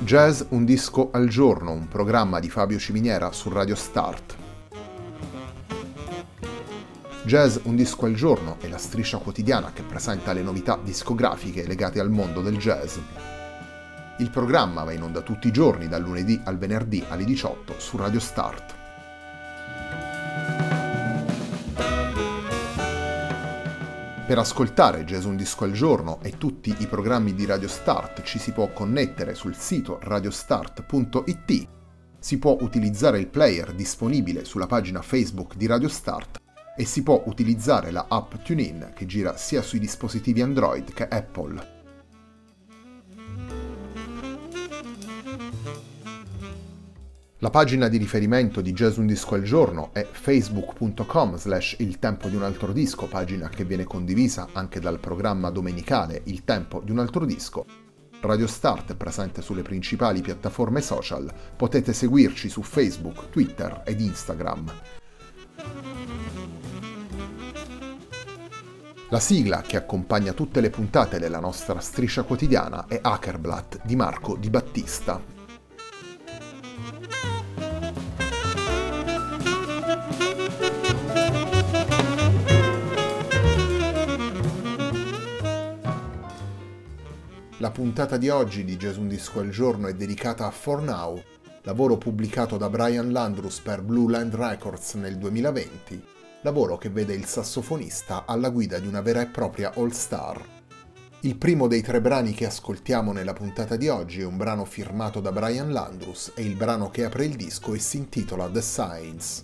Jazz un disco al giorno, un programma di Fabio Ciminiera su Radio Start. Jazz un disco al giorno è la striscia quotidiana che presenta le novità discografiche legate al mondo del jazz. Il programma va in onda tutti i giorni dal lunedì al venerdì alle 18 su Radio Start. Per ascoltare Jazz un disco al giorno e tutti i programmi di Radio Start ci si può connettere sul sito radiostart.it, si può utilizzare il player disponibile sulla pagina Facebook di Radio Start e si può utilizzare la app TuneIn che gira sia sui dispositivi Android che Apple. La pagina di riferimento di Jazz un disco al giorno è facebook.com/Il tempo di un altro disco, pagina che viene condivisa anche dal programma domenicale Il tempo di un altro disco. Radio Start è presente sulle principali piattaforme social, potete seguirci su Facebook, Twitter ed Instagram. La sigla che accompagna tutte le puntate della nostra striscia quotidiana è Hackerblatt di Marco Di Battista. La puntata di oggi di Jazz un disco al giorno è dedicata a For Now, lavoro pubblicato da Brian Landrus per Blue Land Records nel 2020, lavoro che vede il sassofonista alla guida di una vera e propria all-star. Il primo dei 3 brani che ascoltiamo nella puntata di oggi è un brano firmato da Brian Landrus e il brano che apre il disco e si intitola The Signs.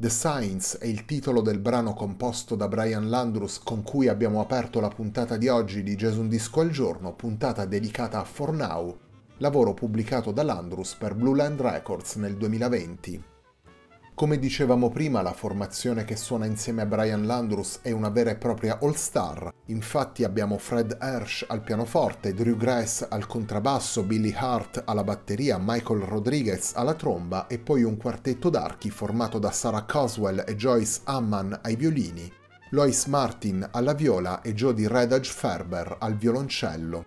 The Signs è il titolo del brano composto da Brian Landrus con cui abbiamo aperto la puntata di oggi di Jazz Un Disco al Giorno, puntata dedicata a For Now, lavoro pubblicato da Landrus per Blue Land Records nel 2020. Come dicevamo prima, la formazione che suona insieme a Brian Landrus è una vera e propria all-star. Infatti abbiamo Fred Hersch al pianoforte, Drew Grass al contrabbasso, Billy Hart alla batteria, Michael Rodriguez alla tromba e poi un quartetto d'archi formato da Sarah Coswell e Joyce Amman ai violini, Lois Martin alla viola e Jody Redage Ferber al violoncello.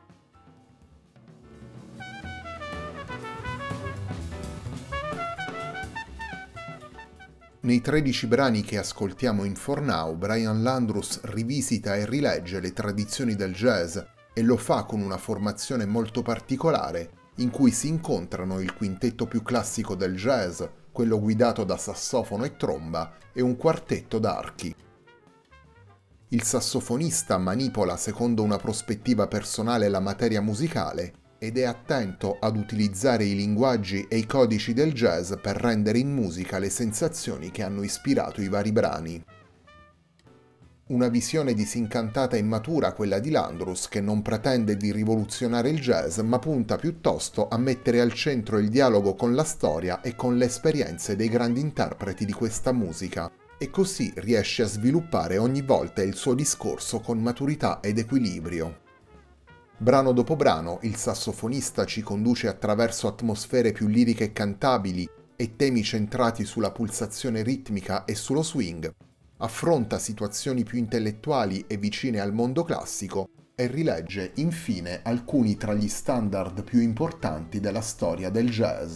Nei 13 brani che ascoltiamo in For Now, Brian Landrus rivisita e rilegge le tradizioni del jazz e lo fa con una formazione molto particolare, in cui si incontrano il quintetto più classico del jazz, quello guidato da sassofono e tromba, e un quartetto d'archi. Il sassofonista manipola secondo una prospettiva personale la materia musicale ed è attento ad utilizzare i linguaggi e i codici del jazz per rendere in musica le sensazioni che hanno ispirato i vari brani. Una visione disincantata e matura quella di Landrus, che non pretende di rivoluzionare il jazz, ma punta piuttosto a mettere al centro il dialogo con la storia e con le esperienze dei grandi interpreti di questa musica, e così riesce a sviluppare ogni volta il suo discorso con maturità ed equilibrio. Brano dopo brano, il sassofonista ci conduce attraverso atmosfere più liriche e cantabili e temi centrati sulla pulsazione ritmica e sullo swing, affronta situazioni più intellettuali e vicine al mondo classico e rilegge infine alcuni tra gli standard più importanti della storia del jazz.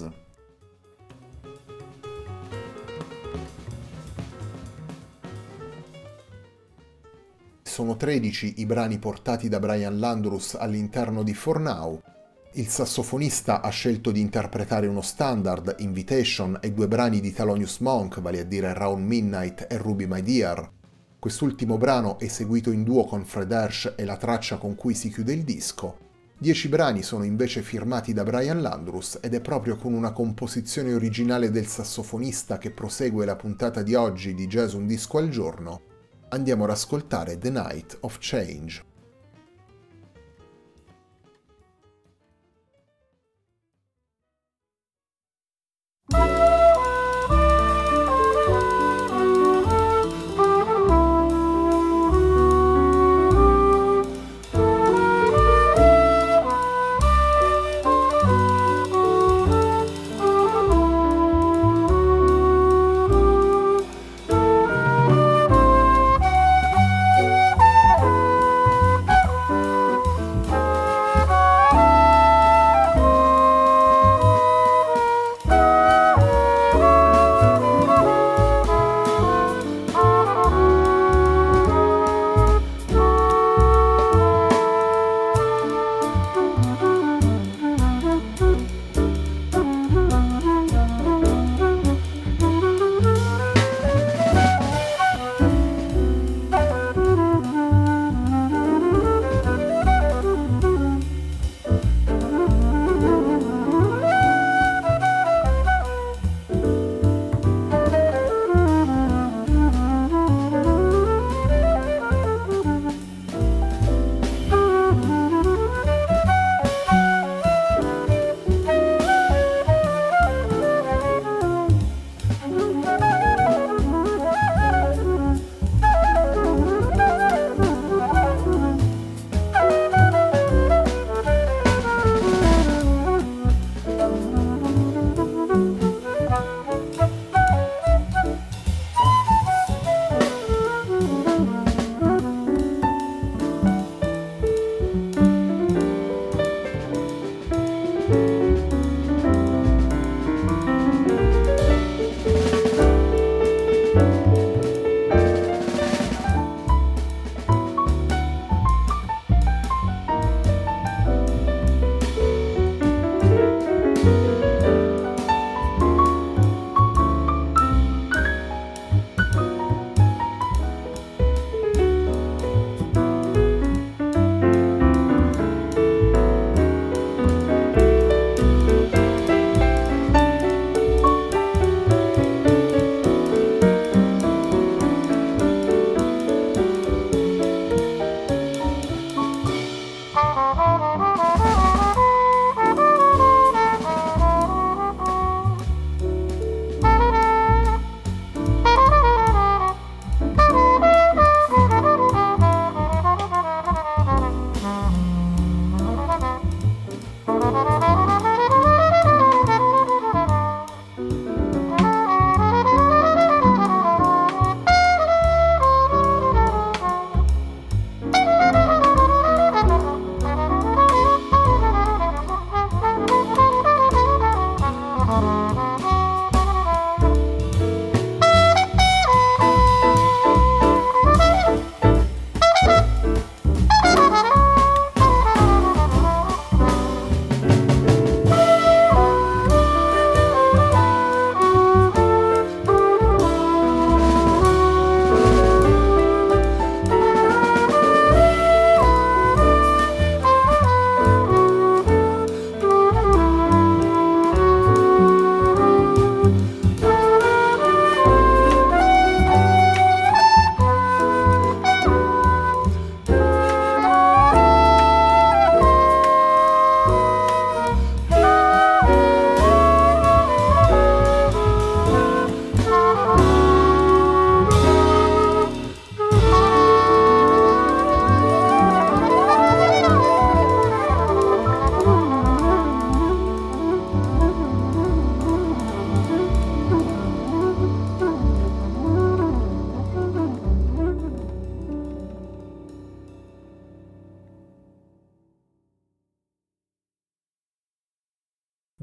Sono 13 i brani portati da Brian Landrus all'interno di For Now. Il sassofonista ha scelto di interpretare uno standard, Invitation, e 2 brani di Thelonious Monk, vale a dire Round Midnight e Ruby My Dear. Quest'ultimo brano è eseguito in duo con Fred Hersch e la traccia con cui si chiude il disco. 10 brani sono invece firmati da Brian Landrus ed è proprio con una composizione originale del sassofonista che prosegue la puntata di oggi di Jazz Un Disco al Giorno. Andiamo ad ascoltare The Night of Change.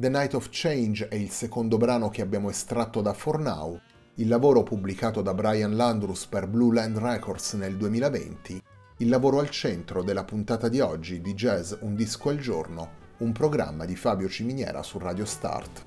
The Night of Change è il secondo brano che abbiamo estratto da For Now, il lavoro pubblicato da Brian Landrus per Blue Land Records nel 2020, il lavoro al centro della puntata di oggi di Jazz Un Disco al Giorno, un programma di Fabio Ciminiera su Radio Start.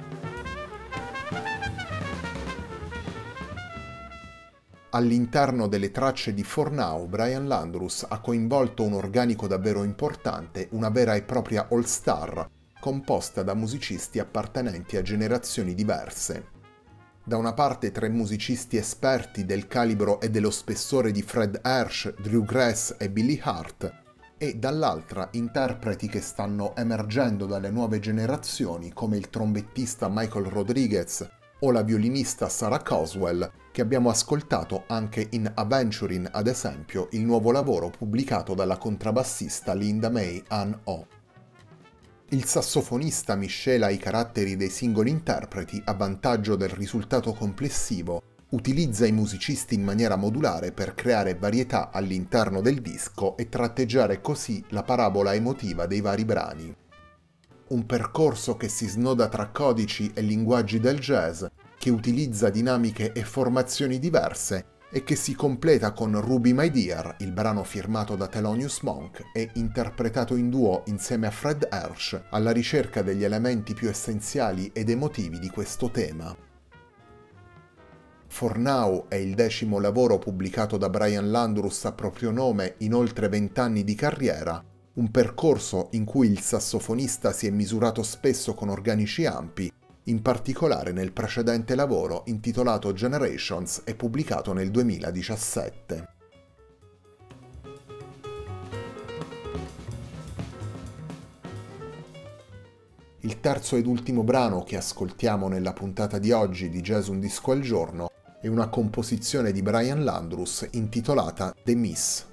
All'interno delle tracce di For Now, Brian Landrus ha coinvolto un organico davvero importante, una vera e propria all-star, composta da musicisti appartenenti a generazioni diverse. Da una parte 3 musicisti esperti del calibro e dello spessore di Fred Hersch, Drew Grass e Billy Hart, e dall'altra interpreti che stanno emergendo dalle nuove generazioni come il trombettista Michael Rodriguez o la violinista Sarah Coswell, che abbiamo ascoltato anche in Aventurin, ad esempio, il nuovo lavoro pubblicato dalla contrabbassista Linda May Ann O. Il sassofonista miscela i caratteri dei singoli interpreti a vantaggio del risultato complessivo, utilizza i musicisti in maniera modulare per creare varietà all'interno del disco e tratteggiare così la parabola emotiva dei vari brani. Un percorso che si snoda tra codici e linguaggi del jazz, che utilizza dinamiche e formazioni diverse e che si completa con Ruby My Dear, il brano firmato da Thelonious Monk e interpretato in duo insieme a Fred Hersch alla ricerca degli elementi più essenziali ed emotivi di questo tema. For Now è il 10° lavoro pubblicato da Brian Landrus a proprio nome in oltre 20 anni di carriera, un percorso in cui il sassofonista si è misurato spesso con organici ampi, in particolare nel precedente lavoro intitolato Generations e pubblicato nel 2017. Il terzo ed ultimo brano che ascoltiamo nella puntata di oggi di Jazz Un Disco al Giorno è una composizione di Brian Landrus intitolata The Miss.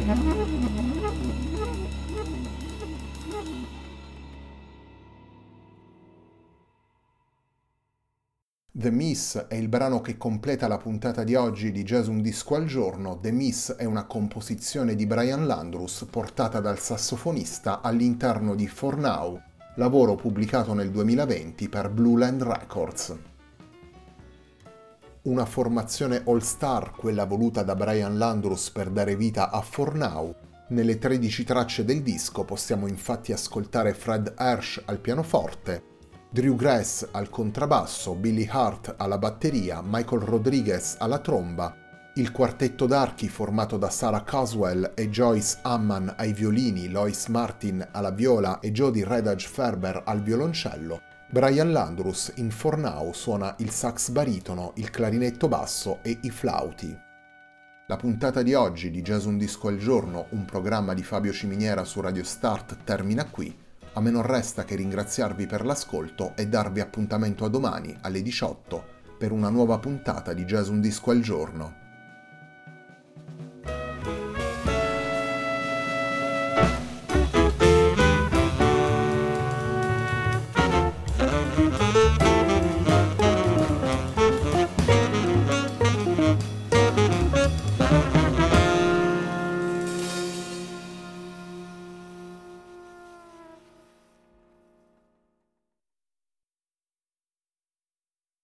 The Miss è il brano che completa la puntata di oggi di Jazz Un Disco al Giorno. The Miss è una composizione di Brian Landrus portata dal sassofonista all'interno di For Now, lavoro pubblicato nel 2020 per Blue Land Records. Una formazione all-star, quella voluta da Brian Landrus per dare vita a For Now. Nelle 13 tracce del disco possiamo infatti ascoltare Fred Hersch al pianoforte, Drew Grass al contrabbasso, Billy Hart alla batteria, Michael Rodriguez alla tromba, il quartetto d'archi formato da Sarah Caswell e Joyce Amman ai violini, Lois Martin alla viola e Jody Redage Ferber al violoncello. Brian Landrus in For Now suona il sax baritono, il clarinetto basso e i flauti. La puntata di oggi di Jazz Un Disco al Giorno, un programma di Fabio Ciminiera su Radio Start, termina qui. A me non resta che ringraziarvi per l'ascolto e darvi appuntamento a domani alle 18 per una nuova puntata di Jazz Un Disco al Giorno.